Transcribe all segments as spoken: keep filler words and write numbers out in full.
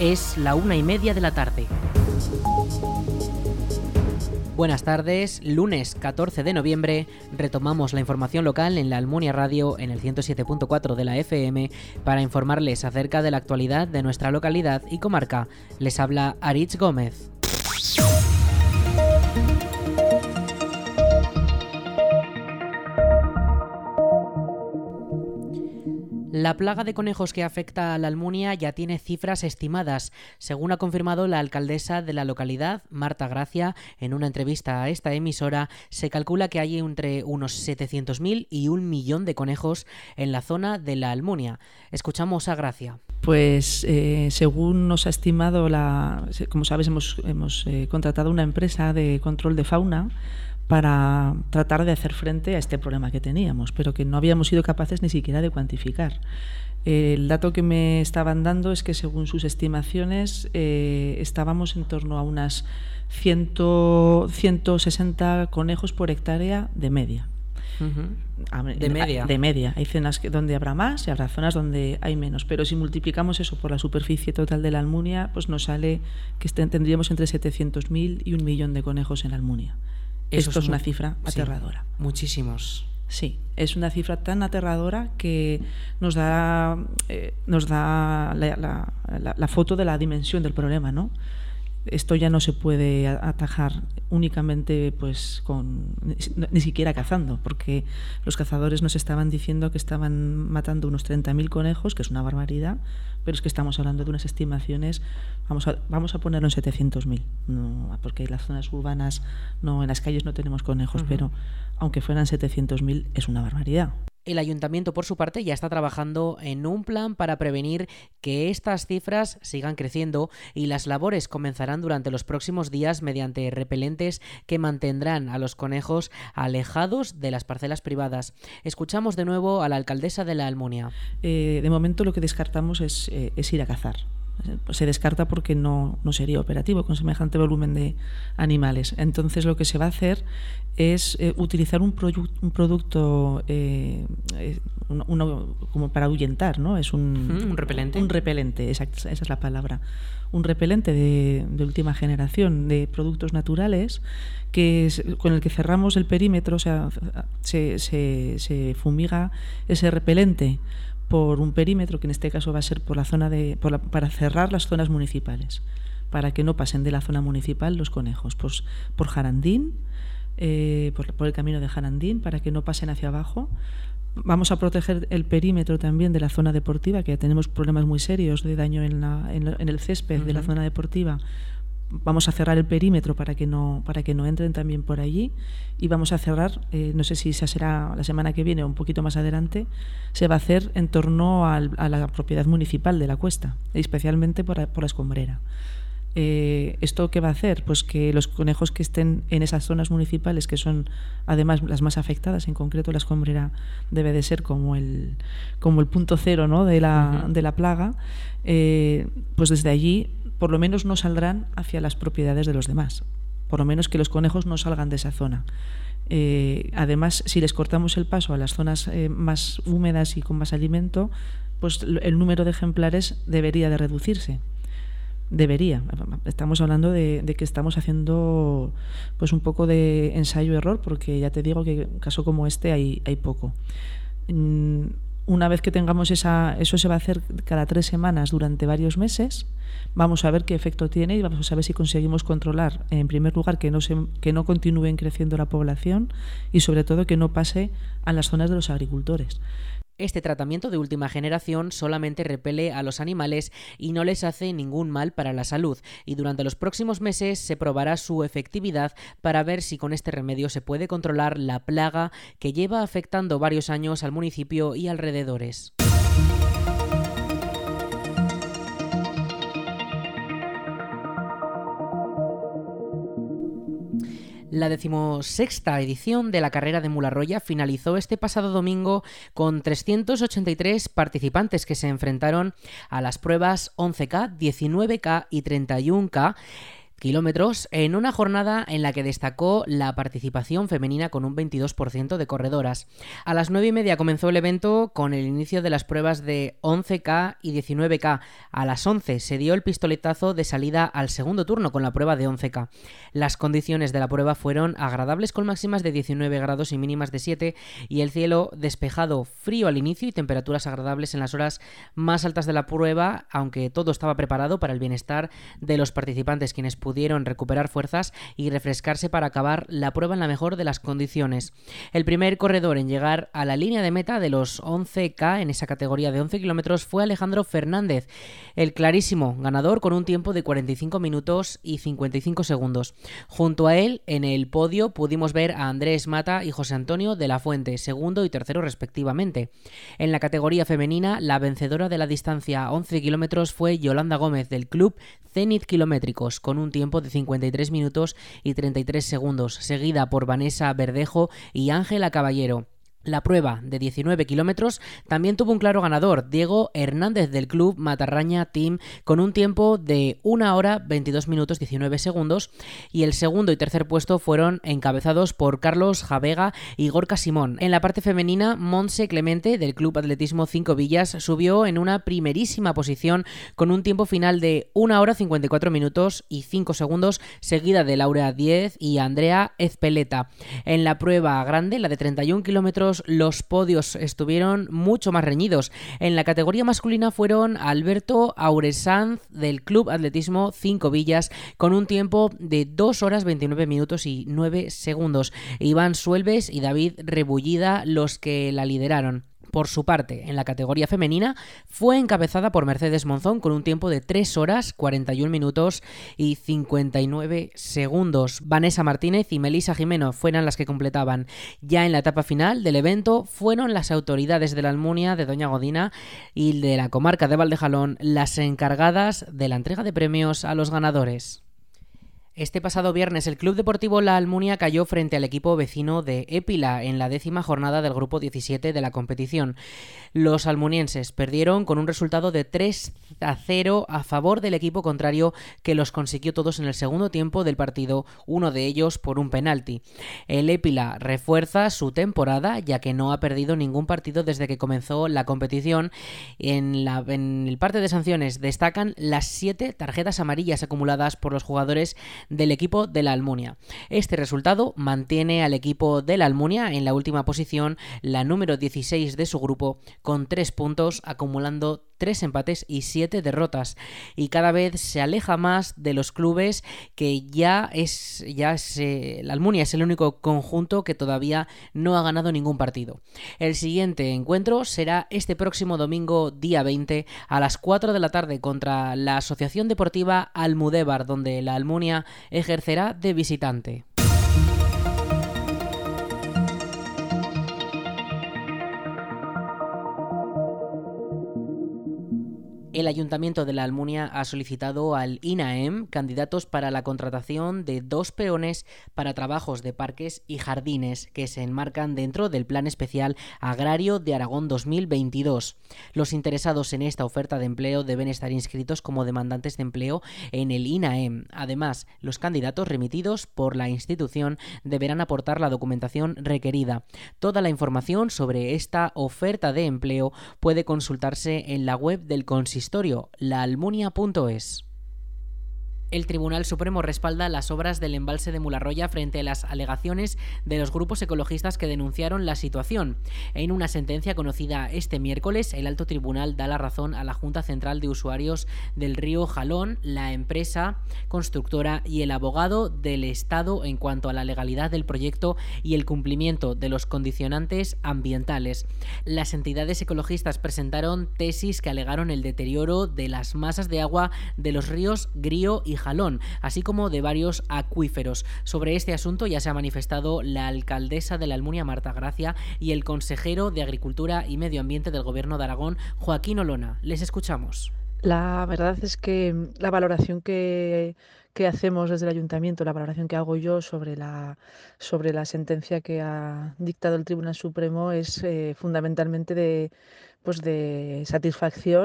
Es la una y media de la tarde. Buenas tardes, lunes catorce de noviembre, retomamos la información local en la Almunia Radio en el ciento siete punto cuatro de la F M para informarles acerca de la actualidad de nuestra localidad y comarca. Les habla Aritz Gómez. La plaga de conejos que afecta a la Almunia ya tiene cifras estimadas. Según ha confirmado la alcaldesa de la localidad, Marta Gracia, en una entrevista a esta emisora, se calcula que hay entre unos setecientos mil y un millón de conejos en la zona de la Almunia. Escuchamos a Gracia. Pues eh, según nos ha estimado, la, como sabes, hemos, hemos eh, contratado una empresa de control de fauna para tratar de hacer frente a este problema que teníamos, pero que no habíamos sido capaces ni siquiera de cuantificar. Eh, el dato que me estaban dando es que según sus estimaciones eh, estábamos en torno a unas ciento sesenta conejos por hectárea de media. Uh-huh. De media. De media. Hay zonas que, donde habrá más y habrá zonas donde hay menos. Pero si multiplicamos eso por la superficie total de la Almunia, pues nos sale que est- tendríamos entre setecientos mil y un millón de conejos en la Almunia. Eso Esto es, es una muy, cifra aterradora. Sí, muchísimos. Sí, es una cifra tan aterradora que nos da, eh, nos da la, la, la, la foto de la dimensión del problema, ¿no? Esto ya no se puede atajar únicamente pues con ni, ni siquiera cazando, porque los cazadores nos estaban diciendo que estaban matando unos treinta mil conejos, que es una barbaridad, pero es que estamos hablando de unas estimaciones, vamos a, vamos a ponerlo en setecientos mil, no, porque en las zonas urbanas, no, en las calles no tenemos conejos, uh-huh. Pero aunque fueran setecientos mil es una barbaridad. El ayuntamiento, por su parte, ya está trabajando en un plan para prevenir que estas cifras sigan creciendo y las labores comenzarán durante los próximos días mediante repelentes que mantendrán a los conejos alejados de las parcelas privadas. Escuchamos de nuevo a la alcaldesa de la Almunia. Eh, de momento lo que descartamos es, eh, es ir a cazar. Se descarta porque no, no sería operativo con semejante volumen de animales. Entonces lo que se va a hacer es eh, utilizar un, produ- un producto eh, uno, uno, como para ahuyentar, ¿no? Es un, ¿Un repelente? Un repelente, exacto, esa es la palabra. Un repelente de, de última generación, de productos naturales, que es, con el que cerramos el perímetro, o sea, se, se, se fumiga ese repelente por un perímetro que en este caso va a ser por la zona de por la, para cerrar las zonas municipales, para que no pasen de la zona municipal los conejos, pues por Jarandín, eh, por, por el camino de Jarandín, para que no pasen hacia abajo. Vamos a proteger el perímetro también de la zona deportiva, que ya tenemos problemas muy serios de daño en, la, en, en el césped uh-huh. de la zona deportiva. Vamos a cerrar el perímetro para que no para que no entren también por allí y vamos a cerrar, eh, no sé si esa será la semana que viene o un poquito más adelante, se va a hacer en torno al, a la propiedad municipal de la Cuesta, especialmente por, por la escombrera. Eh, ¿Esto qué va a hacer? Pues que los conejos que estén en esas zonas municipales, que son además las más afectadas, en concreto la escombrera debe de ser como el, como el punto cero, ¿no? de, la, uh-huh. de la plaga, eh, pues desde allí por lo menos no saldrán hacia las propiedades de los demás, por lo menos que los conejos no salgan de esa zona. Eh, además, si les cortamos el paso a las zonas eh, más húmedas y con más alimento, pues el número de ejemplares debería de reducirse. Debería. Estamos hablando de, de que estamos haciendo pues un poco de ensayo-error, porque ya te digo que en caso como este hay, hay poco. Mm, Una vez que tengamos esa, eso se va a hacer cada tres semanas durante varios meses. Vamos a ver qué efecto tiene y vamos a saber si conseguimos controlar, en primer lugar, que no se, que no continúen creciendo la población y sobre todo que no pase a las zonas de los agricultores. Este tratamiento de última generación solamente repele a los animales y no les hace ningún mal para la salud, y durante los próximos meses se probará su efectividad para ver si con este remedio se puede controlar la plaga que lleva afectando varios años al municipio y alrededores. La decimosexta edición de la carrera de Mularroya finalizó este pasado domingo con trescientos ochenta y tres participantes que se enfrentaron a las pruebas once K, diecinueve K y treinta y uno K, kilómetros en una jornada en la que destacó la participación femenina con un veintidós por ciento de corredoras. A las nueve y media comenzó el evento con el inicio de las pruebas de once K y diecinueve K. A las once se dio el pistoletazo de salida al segundo turno con la prueba de once K. Las condiciones de la prueba fueron agradables con máximas de diecinueve grados y mínimas de siete y el cielo despejado, frío al inicio y temperaturas agradables en las horas más altas de la prueba, aunque todo estaba preparado para el bienestar de los participantes, quienes pudieron recuperar fuerzas y refrescarse para acabar la prueba en la mejor de las condiciones. El primer corredor en llegar a la línea de meta de los once K en esa categoría de once kilómetros fue Alejandro Fernández, el clarísimo ganador con un tiempo de cuarenta y cinco minutos y cincuenta y cinco segundos. Junto a él, en el podio, pudimos ver a Andrés Mata y José Antonio de la Fuente, segundo y tercero respectivamente. En la categoría femenina, la vencedora de la distancia once kilómetros fue Yolanda Gómez del club Zenit Kilométricos, con un tiempo de cincuenta y tres minutos y treinta y tres segundos, seguida por Vanessa Verdejo y Ángela Caballero. La prueba de diecinueve kilómetros también tuvo un claro ganador, Diego Hernández del club Matarraña Team, con un tiempo de una hora veintidós minutos diecinueve segundos, y el segundo y tercer puesto fueron encabezados por Carlos Javega y Gorka Simón. En la parte femenina, Montse Clemente del club Atletismo Cinco Villas subió en una primerísima posición con un tiempo final de una hora cincuenta y cuatro minutos y cinco segundos, seguida de Laura Diez y Andrea Ezpeleta. En la prueba grande, la de treinta y un kilómetros, los podios estuvieron mucho más reñidos. En la categoría masculina fueron Alberto Auresanz del Club Atletismo Cinco Villas con un tiempo de dos horas veintinueve minutos y nueve segundos. Iván Suelves y David Rebullida los que la lideraron. Por su parte, en la categoría femenina, fue encabezada por Mercedes Monzón con un tiempo de tres horas, cuarenta y un minutos y cincuenta y nueve segundos. Vanessa Martínez y Melissa Jimeno fueron las que completaban. Ya en la etapa final del evento, fueron las autoridades de la Almunia de Doña Godina y de la comarca de Valdejalón las encargadas de la entrega de premios a los ganadores. Este pasado viernes el Club Deportivo La Almunia cayó frente al equipo vecino de Épila en la décima jornada del grupo diecisiete de la competición. Los almunienses perdieron con un resultado de tres a cero a favor del equipo contrario, que los consiguió todos en el segundo tiempo del partido, uno de ellos por un penalti. El Épila refuerza su temporada, ya que no ha perdido ningún partido desde que comenzó la competición. En, la, en el parte de sanciones destacan las siete tarjetas amarillas acumuladas por los jugadores del equipo de la Almunia. Este resultado mantiene al equipo de la Almunia en la última posición, la número dieciséis de su grupo, con tres puntos, acumulando tres empates y siete derrotas, y cada vez se aleja más de los clubes que ya es ya se, la Almunia es el único conjunto que todavía no ha ganado ningún partido. El siguiente encuentro será este próximo domingo día veinte a las cuatro de la tarde contra la Asociación Deportiva Almudévar, donde la Almunia ejercerá de visitante. El Ayuntamiento de la Almunia ha solicitado al INAEM candidatos para la contratación de dos peones para trabajos de parques y jardines que se enmarcan dentro del Plan Especial Agrario de Aragón dos mil veintidós. Los interesados en esta oferta de empleo deben estar inscritos como demandantes de empleo en el INAEM. Además, los candidatos remitidos por la institución deberán aportar la documentación requerida. Toda la información sobre esta oferta de empleo puede consultarse en la web del consistorio, laalmunia punto es. El Tribunal Supremo respalda las obras del embalse de Mularroya frente a las alegaciones de los grupos ecologistas que denunciaron la situación. En una sentencia conocida este miércoles, el Alto Tribunal da la razón a la Junta Central de Usuarios del Río Jalón, la empresa constructora y el abogado del Estado en cuanto a la legalidad del proyecto y el cumplimiento de los condicionantes ambientales. Las entidades ecologistas presentaron tesis que alegaron el deterioro de las masas de agua de los ríos Grío y Jalón, así como de varios acuíferos. Sobre este asunto ya se ha manifestado la alcaldesa de la Almunia, Marta Gracia, y el consejero de Agricultura y Medio Ambiente del Gobierno de Aragón, Joaquín Olona. Les escuchamos. La verdad es que la valoración que, que hacemos desde el Ayuntamiento, la valoración que hago yo sobre la, sobre la sentencia que ha dictado el Tribunal Supremo es eh, fundamentalmente de, pues de satisfacción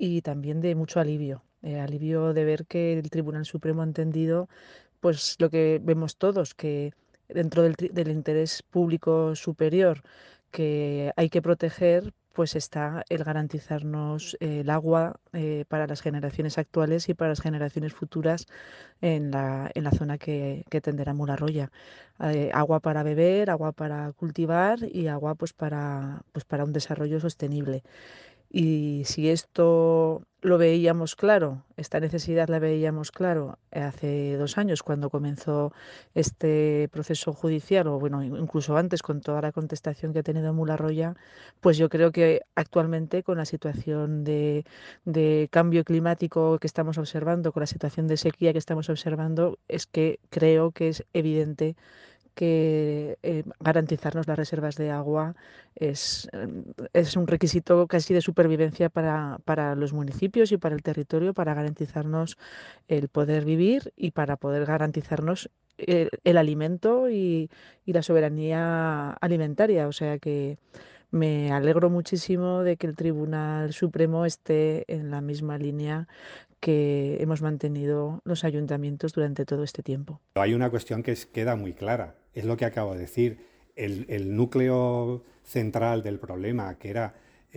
y también de mucho alivio, eh, alivio de ver que el Tribunal Supremo ha entendido pues lo que vemos todos, que dentro del, del interés público superior que hay que proteger, pues está el garantizarnos el agua eh, para las generaciones actuales y para las generaciones futuras en la, en la zona que, que tenderá Mularroya. Eh, agua para beber, agua para cultivar y agua pues para, pues para un desarrollo sostenible. Y si esto lo veíamos claro, esta necesidad la veíamos claro hace dos años cuando comenzó este proceso judicial, o bueno, incluso antes con toda la contestación que ha tenido Mularroya, pues yo creo que actualmente con la situación de, de cambio climático que estamos observando, con la situación de sequía que estamos observando, es que creo que es evidente que eh, garantizarnos las reservas de agua es, es un requisito casi de supervivencia para, para los municipios y para el territorio, para garantizarnos el poder vivir y para poder garantizarnos el, el alimento y, y la soberanía alimentaria. O sea que me alegro muchísimo de que el Tribunal Supremo esté en la misma línea que hemos mantenido los ayuntamientos durante todo este tiempo. Hay una cuestión que es, queda muy clara, es lo que acabo de decir. El, el núcleo central del problema, que era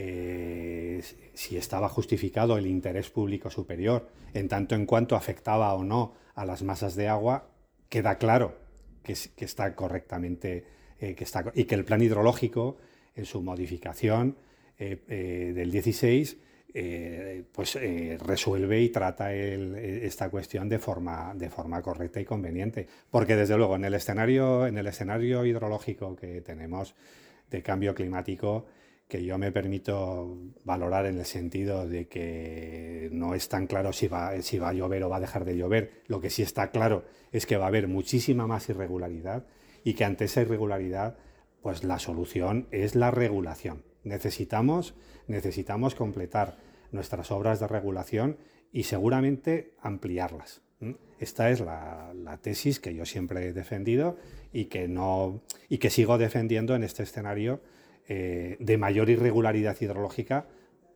eh, si estaba justificado el interés público superior, en tanto en cuanto afectaba o no a las masas de agua, queda claro que, que está correctamente, eh, que está, y que el plan hidrológico, en su modificación eh, eh, del dieciséis, Eh, pues eh, resuelve y trata el, esta cuestión de forma, de forma correcta y conveniente. Porque desde luego en el escenario, en el escenario hidrológico que tenemos de cambio climático, que yo me permito valorar en el sentido de que no es tan claro si va, si va a llover o va a dejar de llover, lo que sí está claro es que va a haber muchísima más irregularidad y que ante esa irregularidad pues la solución es la regulación. Necesitamos, necesitamos completar nuestras obras de regulación y seguramente ampliarlas. Esta es la, la tesis que yo siempre he defendido y que, no, y que sigo defendiendo en este escenario eh, de mayor irregularidad hidrológica,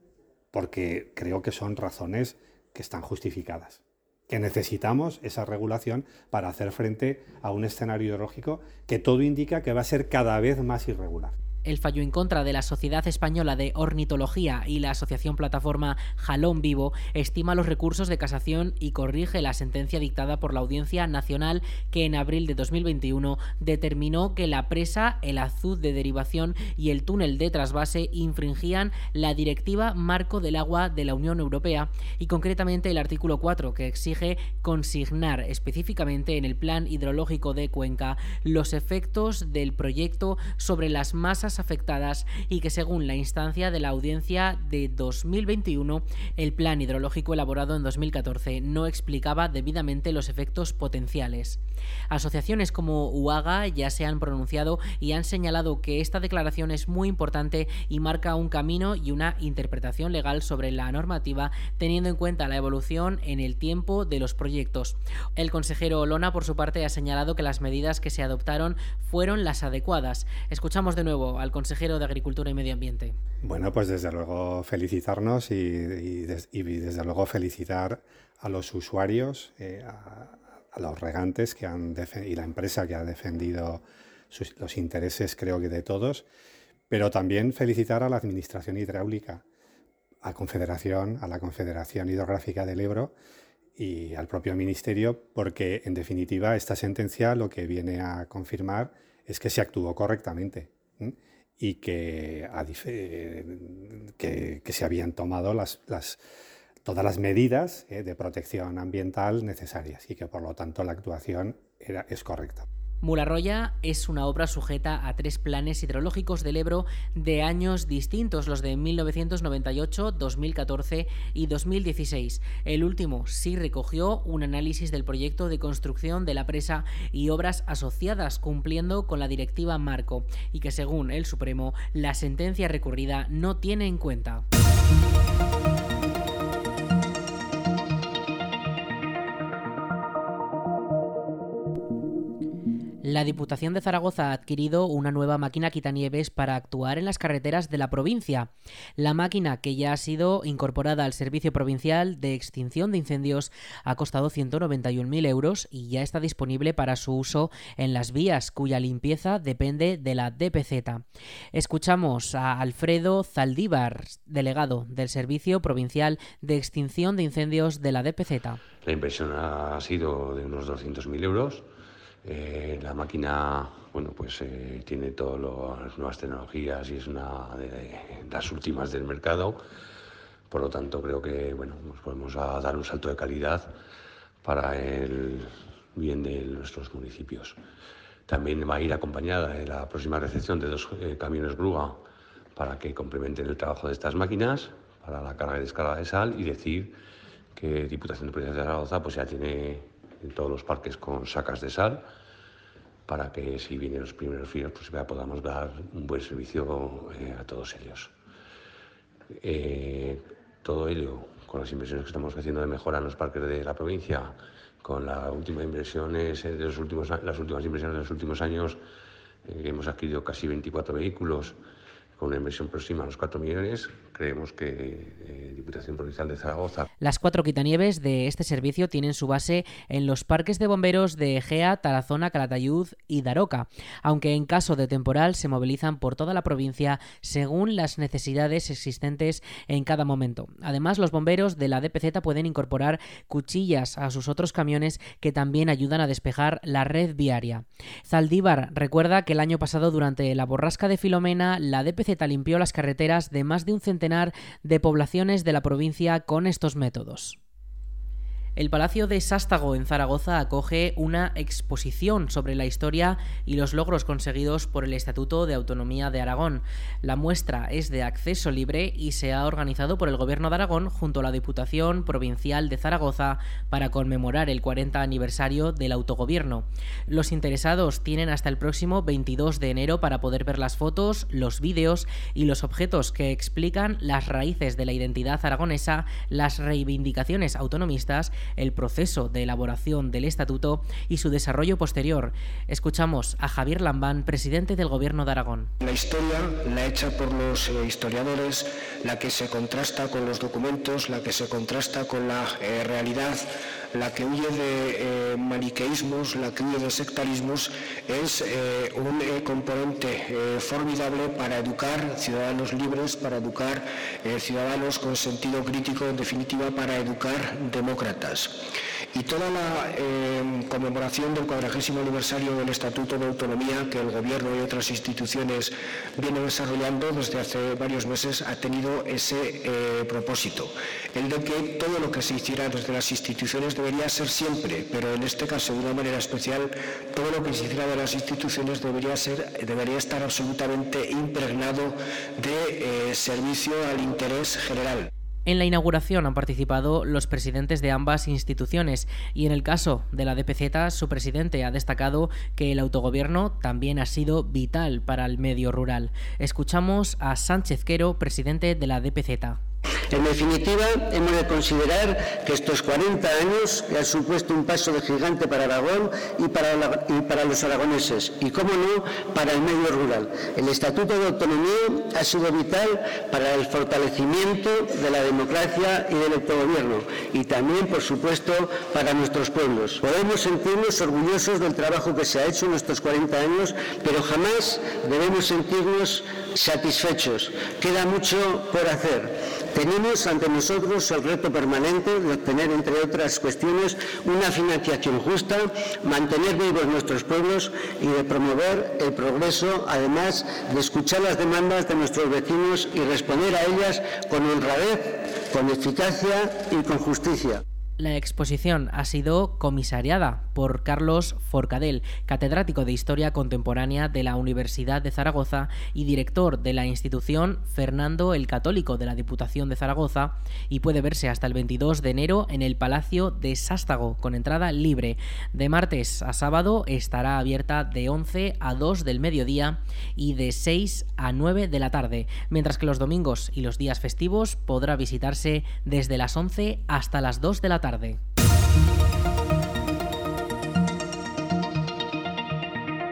porque creo que son razones que están justificadas. Que necesitamos esa regulación para hacer frente a un escenario hidrológico que todo indica que va a ser cada vez más irregular. El fallo en contra de la Sociedad Española de Ornitología y la Asociación Plataforma Jalón Vivo estima los recursos de casación y corrige la sentencia dictada por la Audiencia Nacional, que en abril de dos mil veintiuno determinó que la presa, el azud de derivación y el túnel de trasvase infringían la Directiva Marco del Agua de la Unión Europea y concretamente el artículo cuatro, que exige consignar específicamente en el Plan Hidrológico de Cuenca los efectos del proyecto sobre las masas afectadas y que según la instancia de la audiencia de dos mil veintiuno, el plan hidrológico elaborado en dos mil catorce no explicaba debidamente los efectos potenciales. Asociaciones como UAGA ya se han pronunciado y han señalado que esta declaración es muy importante y marca un camino y una interpretación legal sobre la normativa, teniendo en cuenta la evolución en el tiempo de los proyectos. El consejero Olona, por su parte, ha señalado que las medidas que se adoptaron fueron las adecuadas. Escuchamos de nuevo al consejero de Agricultura y Medio Ambiente. Bueno, pues desde luego felicitarnos y, y, des, y desde luego felicitar a los usuarios, eh, a, a los regantes que han y la empresa que ha defendido sus, los intereses, creo que de todos, pero también felicitar a la Administración Hidráulica, a Confederación, a la Confederación Hidrográfica del Ebro y al propio Ministerio, porque en definitiva esta sentencia lo que viene a confirmar es que se actuó correctamente. ¿eh? Y que, que, que se habían tomado las, las, todas las medidas eh, de protección ambiental necesarias y que por lo tanto la actuación era, es correcta. Mularroya es una obra sujeta a tres planes hidrológicos del Ebro de años distintos, los de mil novecientos noventa y ocho, dos mil catorce y dos mil dieciséis. El último sí recogió un análisis del proyecto de construcción de la presa y obras asociadas, cumpliendo con la Directiva Marco, y que según el Supremo, la sentencia recurrida no tiene en cuenta. La Diputación de Zaragoza ha adquirido una nueva máquina quitanieves para actuar en las carreteras de la provincia. La máquina, que ya ha sido incorporada al Servicio Provincial de Extinción de Incendios, ha costado ciento noventa y un mil euros y ya está disponible para su uso en las vías, cuya limpieza depende de la D P Z. Escuchamos a Alfredo Zaldívar, delegado del Servicio Provincial de Extinción de Incendios de la D P Z. La inversión ha sido de unos doscientos mil euros. Eh, la máquina, bueno, pues eh, tiene todas las nuevas tecnologías y es una de las últimas del mercado. Por lo tanto, creo que, bueno, nos podemos a dar un salto de calidad para el bien de nuestros municipios. También va a ir acompañada de la próxima recepción de dos eh, camiones grúa para que complementen el trabajo de estas máquinas para la carga y descarga de sal, y decir que Diputación de Provincia de Zaragoza pues ya tiene en todos los parques con sacas de sal, para que si vienen los primeros fríos pues ya podamos dar un buen servicio eh, a todos ellos. Eh, todo ello con las inversiones que estamos haciendo de mejora en los parques de la provincia, con la última inversiones de los últimos, las últimas inversiones de los últimos años, eh, hemos adquirido casi veinticuatro vehículos con una inversión próxima a los cuatro millones. Creemos que eh, Diputación Provincial de Zaragoza. Las cuatro quitanieves de este servicio tienen su base en los parques de bomberos de Egea, Tarazona, Calatayud y Daroca, aunque en caso de temporal se movilizan por toda la provincia según las necesidades existentes en cada momento. Además, los bomberos de la D P Z pueden incorporar cuchillas a sus otros camiones, que también ayudan a despejar la red viaria. Zaldívar recuerda que el año pasado, durante la borrasca de Filomena, la D P Z limpió las carreteras de más de un centenar de poblaciones de la provincia con estos métodos. El Palacio de Sástago en Zaragoza acoge una exposición sobre la historia y los logros conseguidos por el Estatuto de Autonomía de Aragón. La muestra es de acceso libre y se ha organizado por el Gobierno de Aragón junto a la Diputación Provincial de Zaragoza para conmemorar el cuarenta aniversario del autogobierno. Los interesados tienen hasta el próximo veintidós de enero para poder ver las fotos, los vídeos y los objetos que explican las raíces de la identidad aragonesa, las reivindicaciones autonomistas, el proceso de elaboración del estatuto y su desarrollo posterior. Escuchamos a Javier Lambán, presidente del Gobierno de Aragón. La historia, la hecha por los eh, historiadores, la que se contrasta con los documentos, la que se contrasta con la eh, realidad, la que huye de eh, maniqueísmos, la que huye de sectarismos, es eh, un eh, componente eh, formidable para educar ciudadanos libres, para educar eh, ciudadanos con sentido crítico, en definitiva para educar demócratas. Y toda la eh, conmemoración del cuadragésimo aniversario del Estatuto de Autonomía que el Gobierno y otras instituciones vienen desarrollando desde hace varios meses ha tenido ese eh, propósito, el de que todo lo que se hiciera desde las instituciones debería ser siempre, pero en este caso de una manera especial, todo lo que se hiciera de las instituciones debería ser, debería estar absolutamente impregnado de eh, servicio al interés general. En la inauguración han participado los presidentes de ambas instituciones y en el caso de la D P Z, su presidente ha destacado que el autogobierno también ha sido vital para el medio rural. Escuchamos a Sánchez Quero, presidente de la D P Z. En definitiva, hemos de considerar que estos cuarenta años han supuesto un paso de gigante para Aragón y para, la, y para los aragoneses, y, cómo no, para el medio rural. El Estatuto de Autonomía ha sido vital para el fortalecimiento de la democracia y del autogobierno, y también, por supuesto, para nuestros pueblos. Podemos sentirnos orgullosos del trabajo que se ha hecho en estos cuarenta años, pero jamás debemos sentirnos satisfechos. Queda mucho por hacer. Tenemos ante nosotros el reto permanente de obtener, entre otras cuestiones, una financiación justa, mantener vivos nuestros pueblos y de promover el progreso, además de escuchar las demandas de nuestros vecinos y responder a ellas con honradez, con eficacia y con justicia. La exposición ha sido comisariada por Carlos Forcadell, catedrático de Historia Contemporánea de la Universidad de Zaragoza y director de la institución Fernando el Católico de la Diputación de Zaragoza, y puede verse hasta el veintidós de enero en el Palacio de Sástago, con entrada libre. De martes a sábado estará abierta de once a dos del mediodía y de seis a nueve de la tarde, mientras que los domingos y los días festivos podrá visitarse desde las once hasta las dos de la tarde.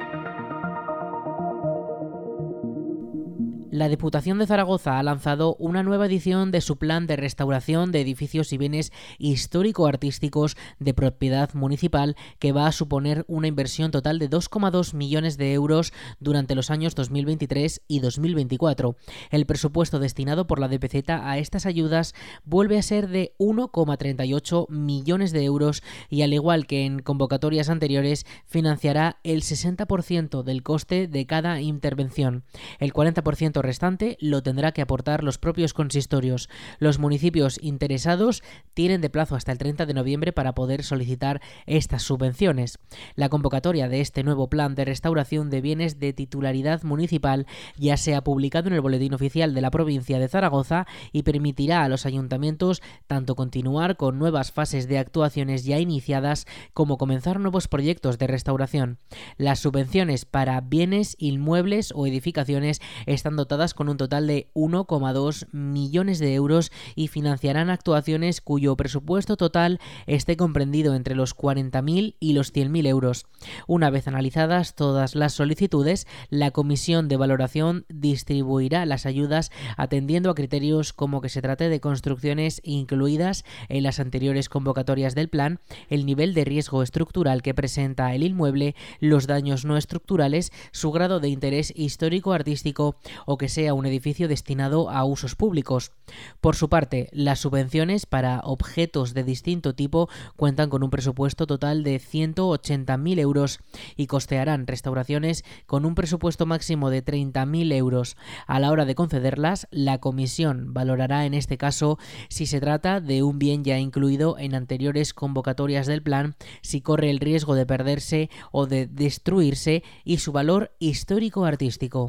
La Diputación de Zaragoza ha lanzado una nueva edición de su plan de restauración de edificios y bienes histórico-artísticos de propiedad municipal, que va a suponer una inversión total de dos coma dos millones de euros durante los años dos mil veintitrés y dos mil veinticuatro. El presupuesto destinado por la D P Z a estas ayudas vuelve a ser de uno coma treinta y ocho millones de euros y, al igual que en convocatorias anteriores, financiará el sesenta por ciento del coste de cada intervención. El cuarenta por ciento restante lo tendrá que aportar los propios consistorios. Los municipios interesados tienen de plazo hasta el treinta de noviembre para poder solicitar estas subvenciones. La convocatoria de este nuevo plan de restauración de bienes de titularidad municipal ya se ha publicado en el Boletín Oficial de la provincia de Zaragoza y permitirá a los ayuntamientos tanto continuar con nuevas fases de actuaciones ya iniciadas como comenzar nuevos proyectos de restauración. Las subvenciones para bienes inmuebles o edificaciones están dotadas con un total de uno coma dos millones de euros y financiarán actuaciones cuyo presupuesto total esté comprendido entre los cuarenta mil y los cien mil euros. Una vez analizadas todas las solicitudes, la Comisión de Valoración distribuirá las ayudas atendiendo a criterios como que se trate de construcciones incluidas en las anteriores convocatorias del plan, el nivel de riesgo estructural que presenta el inmueble, los daños no estructurales, su grado de interés histórico-artístico o que sea un edificio destinado a usos públicos. Por su parte, las subvenciones para objetos de distinto tipo cuentan con un presupuesto total de ciento ochenta mil euros y costearán restauraciones con un presupuesto máximo de treinta mil euros. A la hora de concederlas, la Comisión valorará en este caso si se trata de un bien ya incluido en anteriores convocatorias del plan, si corre el riesgo de perderse o de destruirse y su valor histórico-artístico.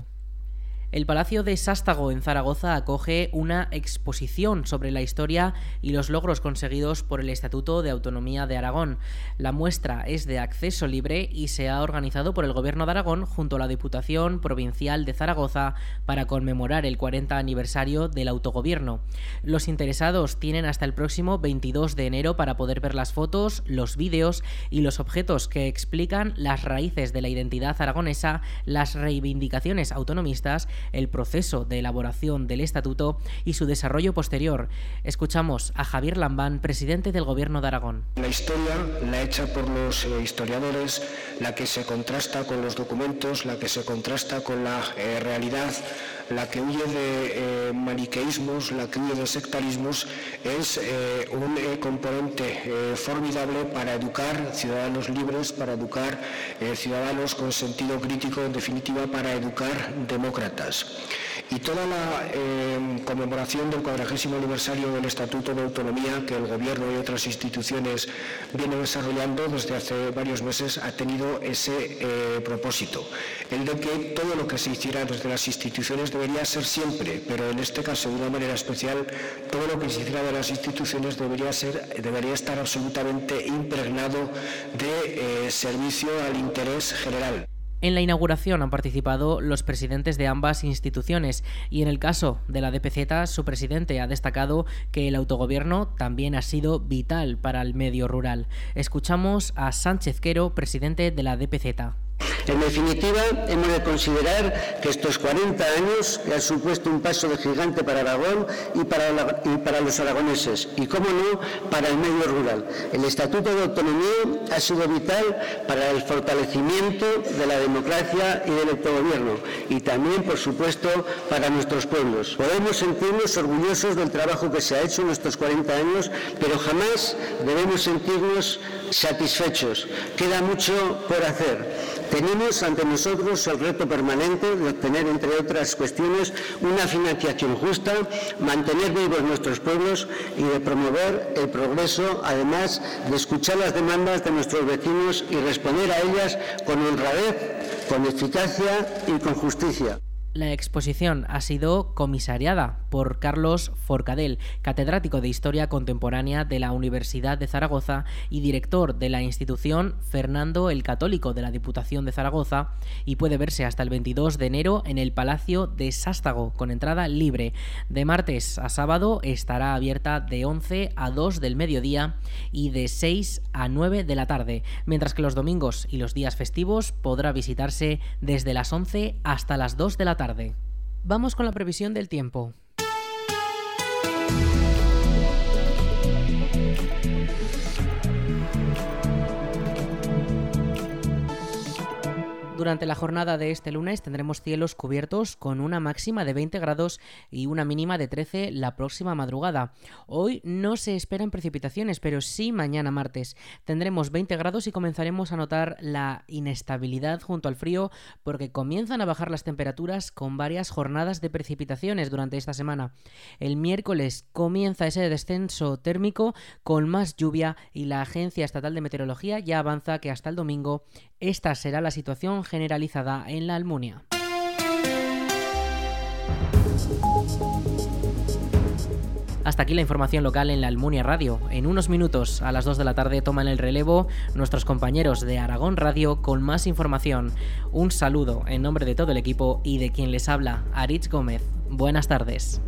El Palacio de Sástago en Zaragoza acoge una exposición sobre la historia y los logros conseguidos por el Estatuto de Autonomía de Aragón. La muestra es de acceso libre y se ha organizado por el Gobierno de Aragón junto a la Diputación Provincial de Zaragoza para conmemorar el cuarenta aniversario del autogobierno. Los interesados tienen hasta el próximo veintidós de enero para poder ver las fotos, los vídeos y los objetos que explican las raíces de la identidad aragonesa, las reivindicaciones autonomistas, el proceso de elaboración del estatuto y su desarrollo posterior. Escuchamos a Javier Lambán, presidente del Gobierno de Aragón. La historia, la hecha por los eh, historiadores, la que se contrasta con los documentos, la que se contrasta con la eh, realidad, la que huye de eh, maniqueísmos, la que huye de sectarismos, es eh, un eh, componente eh, formidable para educar ciudadanos libres, para educar eh, ciudadanos con sentido crítico, en definitiva, para educar demócratas. Y toda la eh, conmemoración del cuadragésimo aniversario del Estatuto de Autonomía que el Gobierno y otras instituciones vienen desarrollando desde hace varios meses ha tenido ese eh, propósito, el de que todo lo que se hiciera desde las instituciones debería ser siempre, pero en este caso de una manera especial, todo lo que se hiciera de las instituciones debería ser, debería estar absolutamente impregnado de eh, servicio al interés general. En la inauguración han participado los presidentes de ambas instituciones y en el caso de la D P Z, su presidente ha destacado que el autogobierno también ha sido vital para el medio rural. Escuchamos a Sánchez Quero, presidente de la D P Z. En definitiva, hemos de considerar que estos cuarenta años han supuesto un paso de gigante para Aragón y para, la, y para los aragoneses, y, cómo no, para el medio rural. El Estatuto de Autonomía ha sido vital para el fortalecimiento de la democracia y del autogobierno, y también, por supuesto, para nuestros pueblos. Podemos sentirnos orgullosos del trabajo que se ha hecho en estos cuarenta años, pero jamás debemos sentirnos satisfechos. Queda mucho por hacer. Tenemos ante nosotros el reto permanente de obtener, entre otras cuestiones, una financiación justa, mantener vivos nuestros pueblos y de promover el progreso, además de escuchar las demandas de nuestros vecinos y responder a ellas con honradez, con eficacia y con justicia. La exposición ha sido comisariada por Carlos Forcadell, catedrático de Historia Contemporánea de la Universidad de Zaragoza y director de la institución Fernando el Católico de la Diputación de Zaragoza, y puede verse hasta el veintidós de enero en el Palacio de Sástago, con entrada libre. De martes a sábado estará abierta de once a dos del mediodía y de seis a nueve de la tarde, mientras que los domingos y los días festivos podrá visitarse desde las once hasta las dos de la tarde. Vamos con la previsión del tiempo. Durante la jornada de este lunes tendremos cielos cubiertos con una máxima de veinte grados y una mínima de trece la próxima madrugada. Hoy no se esperan precipitaciones, pero sí mañana martes. Tendremos veinte grados y comenzaremos a notar la inestabilidad junto al frío porque comienzan a bajar las temperaturas con varias jornadas de precipitaciones durante esta semana. El miércoles comienza ese descenso térmico con más lluvia y la Agencia Estatal de Meteorología ya avanza que hasta el domingo esta será la situación generalizada en la Almunia. Hasta aquí la información local en la Almunia Radio. En unos minutos, a las dos de la tarde, toman el relevo nuestros compañeros de Aragón Radio con más información. Un saludo en nombre de todo el equipo y de quien les habla, Aritz Gómez. Buenas tardes.